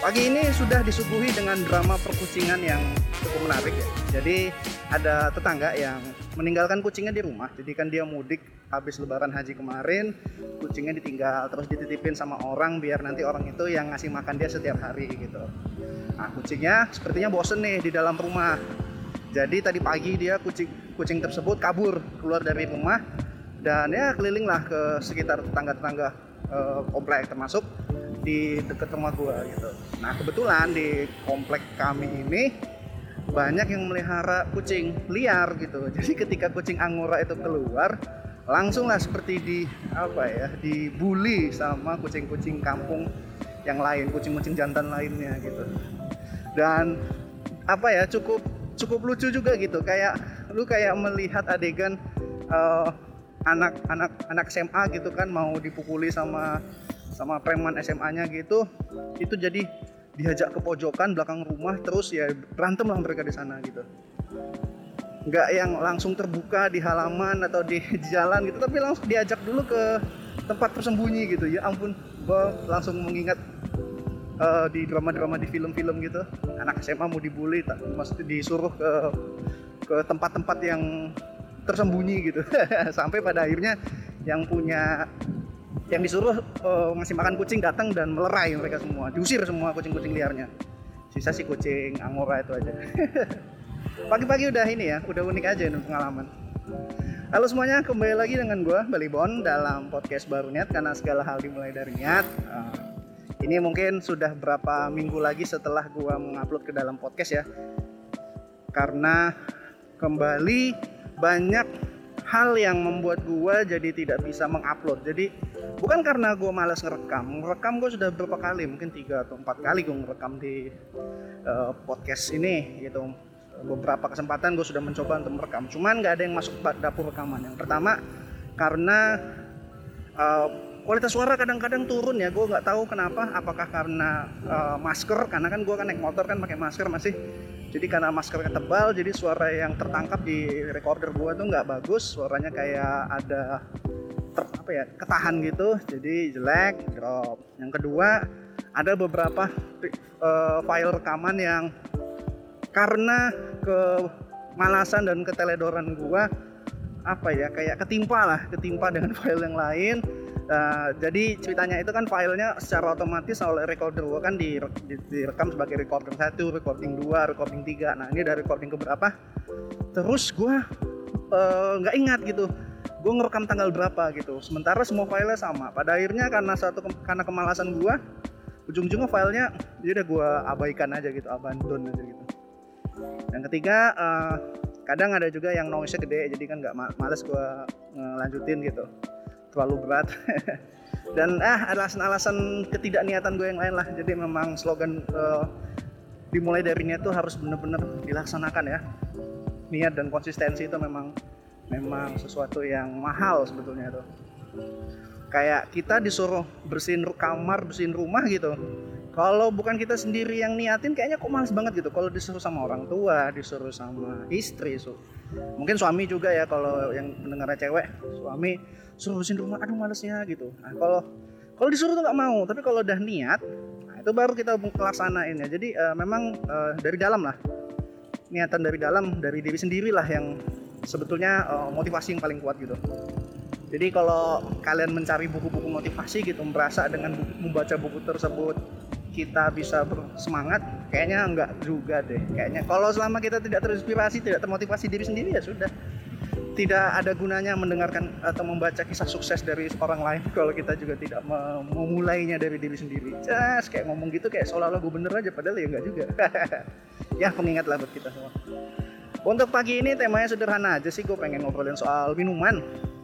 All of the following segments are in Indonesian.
Pagi ini sudah disuguhi dengan drama perkucingan yang cukup menarik ya. Jadi ada tetangga yang meninggalkan kucingnya di rumah. Jadi kan dia mudik habis lebaran haji kemarin, kucingnya ditinggal terus dititipin sama orang biar nanti orang itu yang ngasih makan dia setiap hari gitu. Nah, kucingnya sepertinya bosen nih di dalam rumah. Jadi tadi pagi dia kucing tersebut kabur keluar dari rumah dan ya kelilinglah ke sekitar tetangga-tetangga komplek, termasuk di dekat rumah gua gitu. Nah, kebetulan di komplek kami ini banyak yang melihara kucing liar gitu. Jadi ketika kucing Angora itu keluar, langsunglah seperti dibully sama kucing-kucing kampung yang lain, kucing-kucing jantan lainnya gitu. Dan cukup lucu juga gitu. Kayak lu melihat adegan anak SMA gitu kan mau dipukuli sama preman SMA-nya gitu, itu jadi diajak ke pojokan belakang rumah terus ya berantem lah mereka di sana gitu. Nggak yang langsung terbuka di halaman atau di jalan gitu, tapi langsung diajak dulu ke tempat tersembunyi gitu. Ya ampun, gua langsung mengingat di drama-drama di film-film gitu, anak SMA mau dibully, maksudnya disuruh ke tempat-tempat yang tersembunyi gitu. Sampai pada akhirnya yang disuruh ngasih makan kucing datang dan melerai mereka semua, diusir semua kucing-kucing liarnya. Sisa si kucing Angora itu aja. Pagi-pagi udah unik aja ini pengalaman. Halo semuanya, kembali lagi dengan gue Balibon dalam podcast baru Niat, karena segala hal dimulai dari niat. Ini mungkin sudah berapa minggu lagi setelah gue mengupload ke dalam podcast ya, karena kembali banyak hal yang membuat gue jadi tidak bisa mengupload. Jadi bukan karena gue malas ngerekam gue sudah berapa kali, mungkin 3 atau 4 kali gue ngerekam di podcast ini gitu. Beberapa kesempatan gue sudah mencoba untuk merekam, cuman gak ada yang masuk dapur rekaman. Yang pertama karena kualitas suara kadang-kadang turun ya, gue nggak tahu kenapa, apakah karena masker, karena kan gue kan naik motor kan pakai masker masih. Jadi karena maskernya tebal, jadi suara yang tertangkap di recorder gua tuh nggak bagus, suaranya kayak ada ketahan gitu, jadi jelek, drop. Yang kedua, ada beberapa file rekaman yang karena kemalasan dan keteledoran gua kayak ketimpa dengan file yang lain. Jadi ceritanya itu kan filenya secara otomatis oleh recorder gua kan direkam sebagai recording 1, recording 2, recording 3. Nah, ini dari recording keberapa? Terus gua nggak ingat gitu, gua ngerekam tanggal berapa gitu. Sementara semua filenya sama. Pada akhirnya karena kemalasan gua, ujung-ujungnya filenya jadi udah gua abaikan aja gitu, abandon aja gitu. Yang ketiga, kadang ada juga yang noise-nya gede, jadi kan nggak males gua ngelanjutin gitu, terlalu berat. Dan alasan-alasan ketidakniatan gue yang lain lah. Jadi memang slogan dimulai dari niat tuh harus benar-benar dilaksanakan ya. Niat dan konsistensi itu memang sesuatu yang mahal sebetulnya tuh. Kayak kita disuruh bersihin kamar, bersihin rumah gitu, kalau bukan kita sendiri yang niatin kayaknya kok males banget gitu. Kalau disuruh sama orang tua, disuruh sama istri, mungkin suami juga ya, kalau yang mendengarnya cewek, suami suruh bersihin rumah, aduh malesnya gitu. Nah, kalau disuruh tuh nggak mau, tapi kalau udah niat, nah itu baru kita laksanain ya. Jadi memang dari dalam lah, niatan dari dalam, dari diri sendiri lah yang sebetulnya motivasi yang paling kuat gitu. Jadi kalau kalian mencari buku-buku motivasi gitu, merasa dengan membaca buku tersebut kita bisa bersemangat, kayaknya enggak juga deh. Kayaknya kalau selama kita tidak terinspirasi, tidak termotivasi diri sendiri, ya sudah, tidak ada gunanya mendengarkan atau membaca kisah sukses dari orang lain kalau kita juga tidak memulainya dari diri sendiri. Kayak ngomong gitu kayak seolah-olah gue bener aja, padahal ya enggak juga. Ya, pengingat lah buat kita semua. Untuk pagi ini temanya sederhana aja sih, gue pengen ngobrolin soal minuman.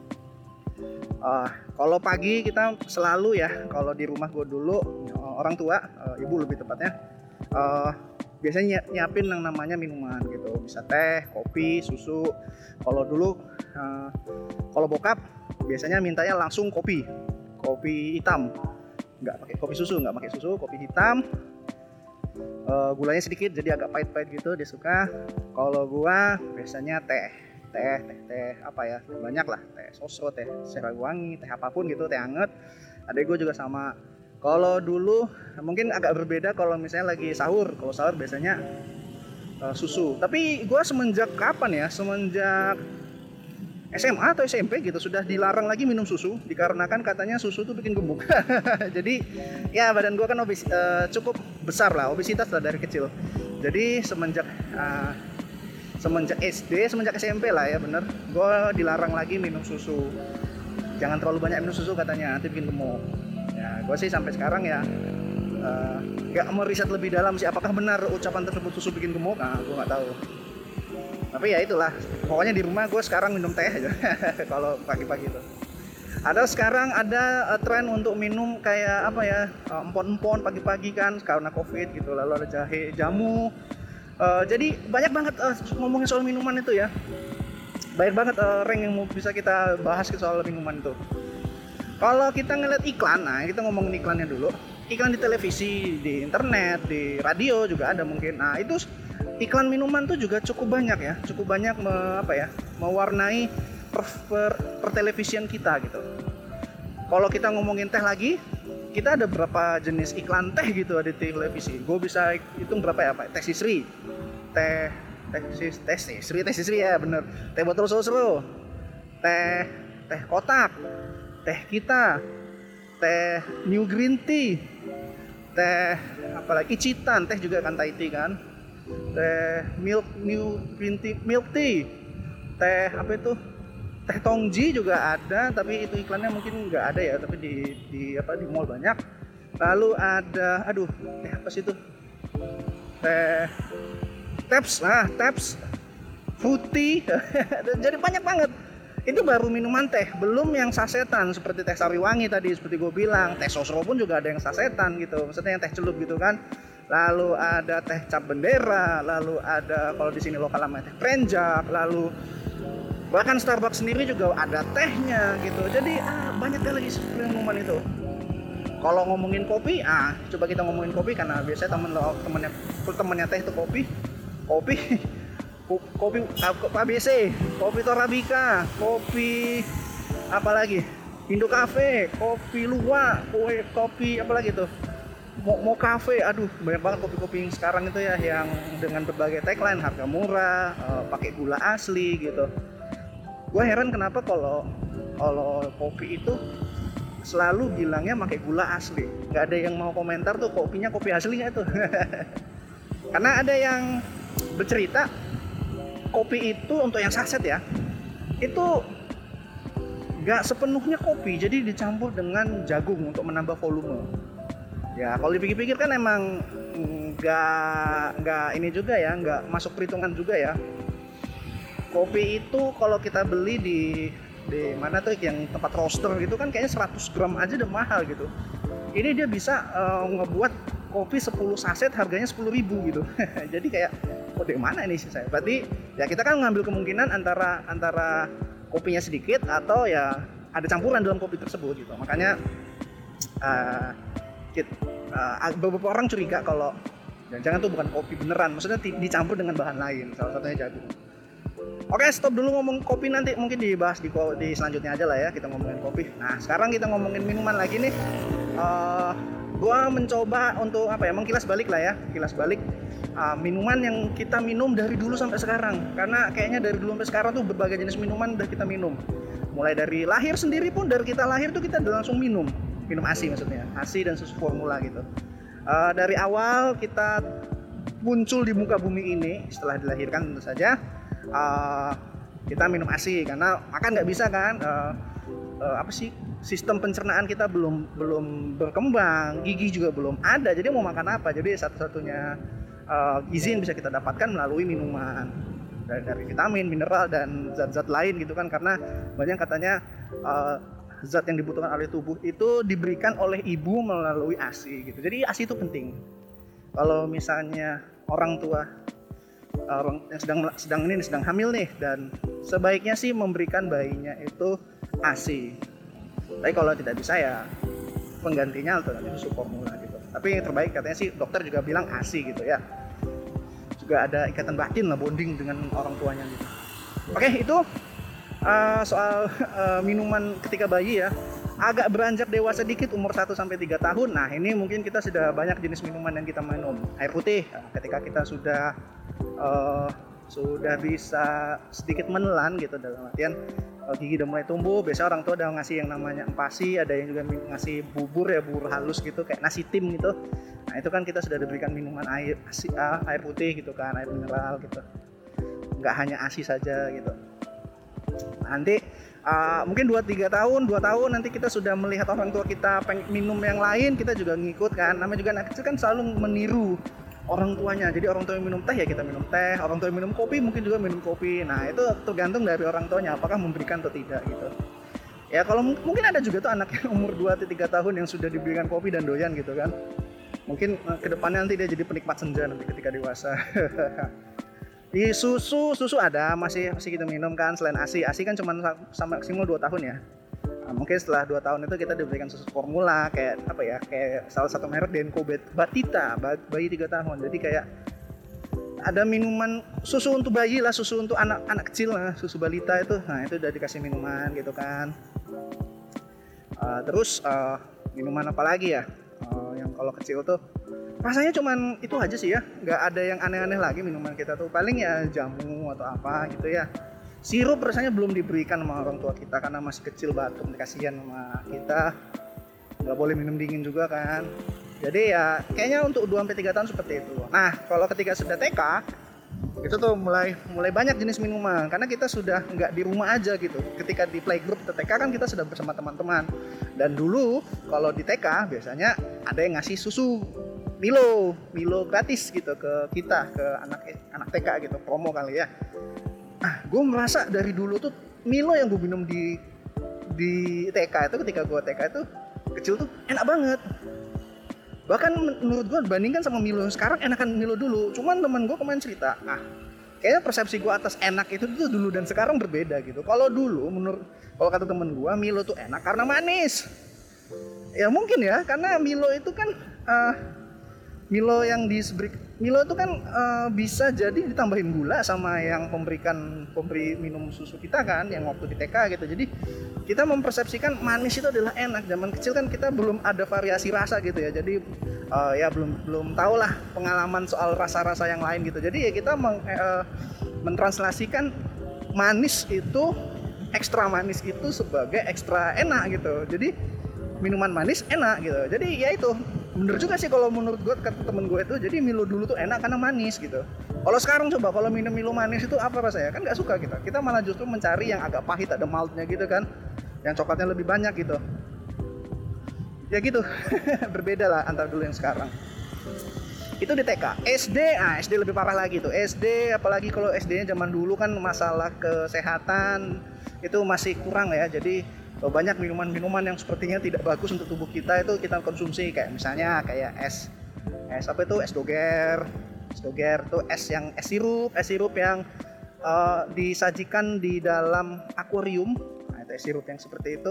Kalau pagi kita selalu ya, kalau di rumah gue dulu, orang tua, ibu lebih tepatnya, biasanya nyiapin yang namanya minuman gitu. Bisa teh, kopi, susu. Kalau dulu, kalau bokap biasanya mintanya langsung kopi hitam, nggak pakai kopi susu, kopi hitam. Gulanya sedikit jadi agak pahit-pahit gitu dia suka. Kalau gua biasanya teh banyak lah, teh sosro, teh serawangi, teh apapun gitu, teh anget. Adek gue juga sama Kalau dulu mungkin agak berbeda kalau misalnya lagi sahur. Kalau sahur biasanya susu. Tapi gue semenjak kapan ya? Semenjak SMA atau SMP gitu sudah dilarang lagi minum susu dikarenakan katanya susu tuh bikin gemuk. Jadi ya badan gue kan cukup besar lah, obesitas lah dari kecil. Jadi semenjak SD, semenjak SMP lah ya bener, gue dilarang lagi minum susu. Jangan terlalu banyak minum susu katanya, nanti bikin gemuk. Ya gue sih sampai sekarang ya nggak meriset lebih dalam sih apakah benar ucapan tersebut susu bikin gemuk. Gue nggak tahu. Tapi ya itulah, pokoknya di rumah gue sekarang minum teh aja kalau pagi-pagi itu. Sekarang ada tren untuk minum kayak apa ya, empon-empon pagi-pagi kan karena covid gitu, lalu ada jahe, jamu. Jadi banyak banget ngomongin soal minuman itu ya. Banyak banget rank yang mau bisa kita bahas soal minuman itu. Kalau kita ngeliat iklan, nah kita ngomongin iklannya dulu. Iklan di televisi, di internet, di radio juga ada mungkin. Nah itu iklan minuman tuh juga cukup banyak ya, mewarnai pertelevisian kita gitu. Kalau kita ngomongin teh lagi, kita ada berapa jenis iklan teh gitu di televisi. Gue bisa hitung berapa ya, Pak? Teh Sisri, teh Sisri ya bener. Teh botol sosro, teh kotak, teh kita, teh new green tea, teh apalagi Icitan, teh juga kan Thai tea kan. Teh new green tea, milk tea, teh apa itu, teh Tongji juga ada, tapi itu iklannya mungkin nggak ada ya, tapi di mall banyak. Lalu ada teh apa sih itu, teh taps fruity. Jadi banyak banget. Itu baru minuman teh, belum yang sasetan seperti teh Sariwangi tadi seperti gue bilang. Teh Sosro pun juga ada yang sasetan gitu, maksudnya yang teh celup gitu kan. Lalu ada teh cap bendera, lalu ada kalau di sini lokal namanya teh Prenjak, lalu bahkan Starbucks sendiri juga ada tehnya gitu. Jadi banyak kali lagi minuman itu. Kalau ngomongin kopi, coba kita ngomongin kopi karena biasanya temennya teh itu kopi ABC, kopi Torabika, kopi apalagi Indo Cafe, kopi Luwak, kopi apalagi tuh mau kafe, banyak banget kopi-kopi yang sekarang itu ya yang dengan berbagai tagline, harga murah, pakai gula asli gitu. Gue heran kenapa kalau kopi itu selalu bilangnya pakai gula asli, nggak ada yang mau komentar tuh kopinya kopi asli nggak tuh. Karena ada yang bercerita kopi itu untuk yang saset ya, itu nggak sepenuhnya kopi, jadi dicampur dengan jagung untuk menambah volume. Ya kalau dipikir-pikir kan emang nggak ini juga ya, nggak masuk perhitungan juga ya. Kopi itu kalau kita beli di mana tuh yang tempat roaster gitu kan kayaknya 100 gram aja udah mahal gitu. Ini dia bisa ngebuat kopi 10 saset harganya 10.000 gitu. Jadi kayak dari mana ini sih saya? Berarti ya kita kan ngambil kemungkinan antara kopinya sedikit atau ya ada campuran dalam kopi tersebut gitu. Makanya beberapa orang curiga kalau jangan tuh bukan kopi beneran, maksudnya dicampur dengan bahan lain, salah satunya jagung. Oke, stop dulu ngomong kopi, nanti mungkin dibahas di selanjutnya aja lah ya, kita ngomongin kopi. Nah sekarang kita ngomongin minuman lagi nih. Gua mencoba untuk mengkilas balik minuman yang kita minum dari dulu sampai sekarang, karena kayaknya dari dulu sampai sekarang tuh berbagai jenis minuman udah kita minum. Mulai dari lahir sendiri pun, dari kita lahir tuh kita udah langsung minum ASI, maksudnya ASI dan susu formula gitu. Dari awal kita muncul di muka bumi ini, setelah dilahirkan tentu saja kita minum ASI karena makan nggak bisa kan, sistem pencernaan kita belum berkembang, gigi juga belum ada, jadi mau makan apa? Jadi satu-satunya gizi yang bisa kita dapatkan melalui minuman dari vitamin, mineral dan zat-zat lain gitu kan, karena banyak katanya zat yang dibutuhkan oleh tubuh itu diberikan oleh ibu melalui ASI gitu. Jadi ASI itu penting. Kalau misalnya orang tua yang sedang hamil nih, dan sebaiknya sih memberikan bayinya itu ASI. Tapi kalau tidak bisa ya penggantinya alternatif susu formula gitu. Tapi yang terbaik katanya sih dokter juga bilang ASI gitu ya. Juga ada ikatan batin lah, bonding dengan orang tuanya gitu. Oke, itu soal minuman ketika bayi ya. agak beranjak dewasa dikit umur 1-3 tahun. Nah, ini mungkin kita sudah banyak jenis minuman yang kita minum. Air putih, ketika kita sudah bisa sedikit menelan gitu, dalam artian gigi udah mulai tumbuh. Biasa orang tua udah ngasih yang namanya empasi, ada yang juga ngasih bubur halus gitu kayak nasi tim gitu. Nah, itu kan kita sudah diberikan minuman air putih gitu kan, air mineral gitu. Nggak hanya ASI saja gitu. Nanti mungkin 2 tahun nanti kita sudah melihat orang tua kita minum yang lain, kita juga ngikut kan. Namanya juga anak kecil kan selalu meniru orang tuanya. Jadi orang tua yang minum teh ya kita minum teh, orang tua yang minum kopi mungkin juga minum kopi. Nah, itu tergantung dari orang tuanya apakah memberikan atau tidak gitu. Ya kalau mungkin ada juga tuh anak yang umur 2-3 tahun yang sudah diberikan kopi dan doyan gitu kan. Mungkin kedepannya nanti dia jadi penikmat senja nanti ketika dewasa. Di susu ada masih kita minum kan, selain ASI kan cuma sama maksimal 2 tahun ya. Nah, mungkin setelah 2 tahun itu kita diberikan susu formula kayak salah satu merek Denko Batita, bayi 3 tahun. Jadi kayak ada minuman susu untuk bayi lah, susu untuk anak kecil lah, susu balita itu. Nah, itu udah dikasih minuman gitu kan. Terus minuman apa lagi ya? Yang kalau kecil tuh rasanya cuman itu aja sih ya, nggak ada yang aneh-aneh lagi minuman kita tuh. Paling ya jamu atau apa gitu ya. Sirup rasanya belum diberikan sama orang tua kita karena masih kecil batuk, kasihan sama kita, nggak boleh minum dingin juga kan. Jadi ya kayaknya untuk 2-3 tahun seperti itu. Nah, kalau ketika sudah TK itu tuh mulai banyak jenis minuman karena kita sudah nggak di rumah aja gitu. Ketika di playgroup TK kan kita sudah bersama teman-teman. Dan dulu kalau di TK biasanya ada yang ngasih susu Milo gratis gitu ke kita, ke anak TK gitu, promo kali ya. Gue merasa dari dulu tuh Milo yang gue minum di TK itu, ketika gue TK itu kecil tuh enak banget. Bahkan menurut gue bandingkan sama Milo sekarang enakan Milo dulu. Cuman teman gue kemarin cerita, kayaknya persepsi gue atas enak itu tuh dulu dan sekarang berbeda gitu. Kalau dulu kalau kata temen gue Milo tuh enak karena manis. Ya mungkin ya, karena Milo itu kan Milo itu kan bisa jadi ditambahin gula sama yang pemberi minum susu kita kan, yang waktu di TK gitu. Jadi kita mempersepsikan manis itu adalah enak. Zaman kecil kan kita belum ada variasi rasa gitu ya. Jadi ya belum tahu lah pengalaman soal rasa-rasa yang lain gitu. Jadi ya kita mentranslasikan manis itu, ekstra manis itu sebagai ekstra enak gitu. Jadi minuman manis enak gitu. Jadi ya itu bener juga sih kalau menurut gue, kata temen gue itu. Jadi Milo dulu tuh enak karena manis gitu. Kalau sekarang coba kalau minum Milo manis itu apa rasanya? Kan nggak suka kita malah justru mencari yang agak pahit, ada maltnya gitu kan, yang coklatnya lebih banyak gitu. Ya gitu. Berbeda lah antara dulu yang sekarang. Itu di TK. SD lebih parah lagi tuh. SD, apalagi kalau SD-nya zaman dulu kan masalah kesehatan itu masih kurang ya. Jadi banyak minuman-minuman yang sepertinya tidak bagus untuk tubuh kita itu kita konsumsi, kayak misalnya es apa itu, es doger tuh, es sirup yang disajikan di dalam akuarium. Nah, itu es sirup yang seperti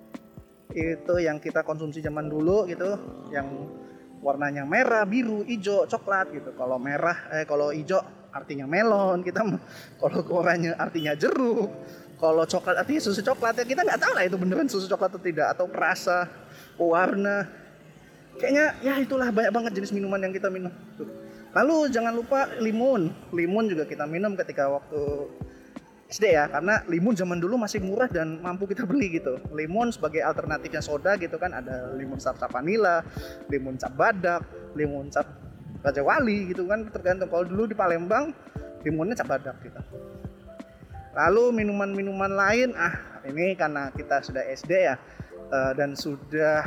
itu yang kita konsumsi zaman dulu gitu, yang warnanya merah, biru, hijau, coklat gitu. Kalau kalau hijau artinya melon, kalau oranye artinya jeruk. Kalau coklat artinya susu coklat, ya kita nggak tahu lah itu beneran susu coklat atau tidak, atau perasa, warna. Kayaknya ya itulah banyak banget jenis minuman yang kita minum. Tuh. Lalu jangan lupa limun juga kita minum ketika waktu SD ya, karena limun zaman dulu masih murah dan mampu kita beli gitu. Limun sebagai alternatifnya soda gitu kan, ada limun cap vanila, limun cap badak, limun cap Raja Wali gitu kan, tergantung. Kalau dulu di Palembang limunnya cap badak gitu. Lalu minuman-minuman lain, ini karena kita sudah SD ya, dan sudah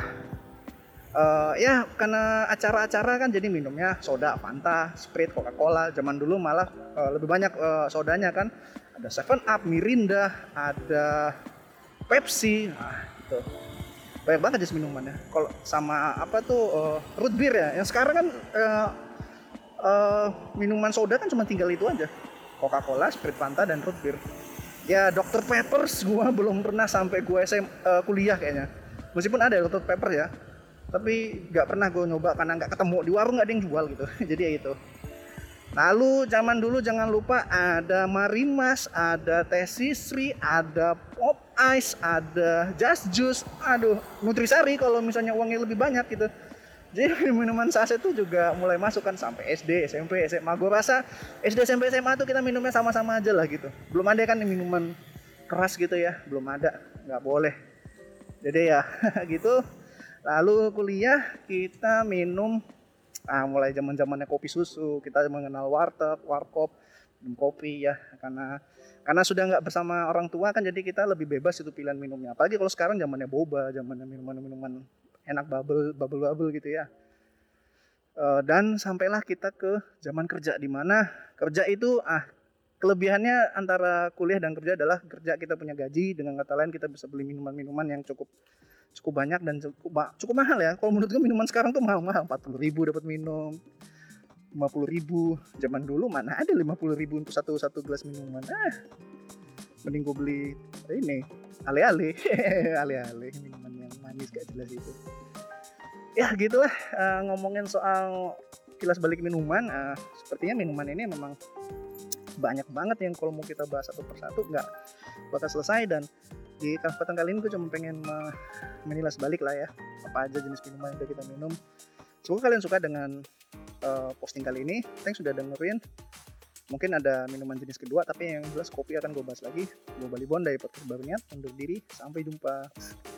ya karena acara-acara kan jadi minumnya soda, Fanta, Sprite, Coca-Cola. Zaman dulu malah lebih banyak sodanya kan, ada 7up, Mirinda, ada Pepsi, gitu. Banyak banget jenis minumannya. Kalau sama apa tuh root beer ya, yang sekarang kan minuman soda kan cuma tinggal itu aja. Coca-Cola, Sprite, Fanta, dan root beer. Ya Dr. Peppers gue belum pernah sampai gue kuliah kayaknya. Meskipun ada Dr. Pepper ya, tapi nggak pernah gue nyoba karena nggak ketemu di warung, nggak ada yang jual gitu. Jadi ya itu. Lalu zaman dulu jangan lupa ada Marimas, ada Teh Sisri, ada Pop Ice, ada Just Juice, aduh, Nutrisari kalau misalnya uangnya lebih banyak gitu. Jadi minuman saset itu juga mulai masuk kan sampai SD, SMP, SMA. Gue rasa SD, SMP, SMA tuh kita minumnya sama-sama aja lah gitu. Belum ada kan minuman keras gitu ya, belum ada, nggak boleh. Jadi ya gitu. Lalu kuliah kita minum mulai zaman-zamannya kopi susu, kita mengenal warteg, warkop, minum kopi ya, karena sudah nggak bersama orang tua kan, jadi kita lebih bebas itu pilihan minumnya. Apalagi kalau sekarang zamannya boba, zamannya minuman-minuman enak, bubble gitu ya. Dan sampailah kita ke zaman kerja, di mana kerja itu kelebihannya antara kuliah dan kerja adalah kerja kita punya gaji, dengan kata lain kita bisa beli minuman-minuman yang cukup banyak dan cukup mahal ya. Kalau menurut gue minuman sekarang tuh mahal-mahal, 40.000 dapat minum, 50.000. Zaman dulu mana ada 50.000 untuk satu gelas minuman. Mending gue beli ini ale-ale ale-ale, minuman yang manis gak jelas itu. Ya gitulah, ngomongin soal kilas balik minuman. Sepertinya minuman ini memang banyak banget yang kalau mau kita bahas satu persatu nggak bakal selesai. Dan di kesempatan kali ini gue cuma pengen menilas balik lah ya, apa aja jenis minuman yang udah kita minum. Semoga kalian suka dengan posting kali ini. Thanks sudah dengerin. Mungkin ada minuman jenis kedua, tapi yang jelas kopi akan gue bahas lagi. Gue Bali Bon dari Podcast Baru Niat undur diri. Sampai jumpa.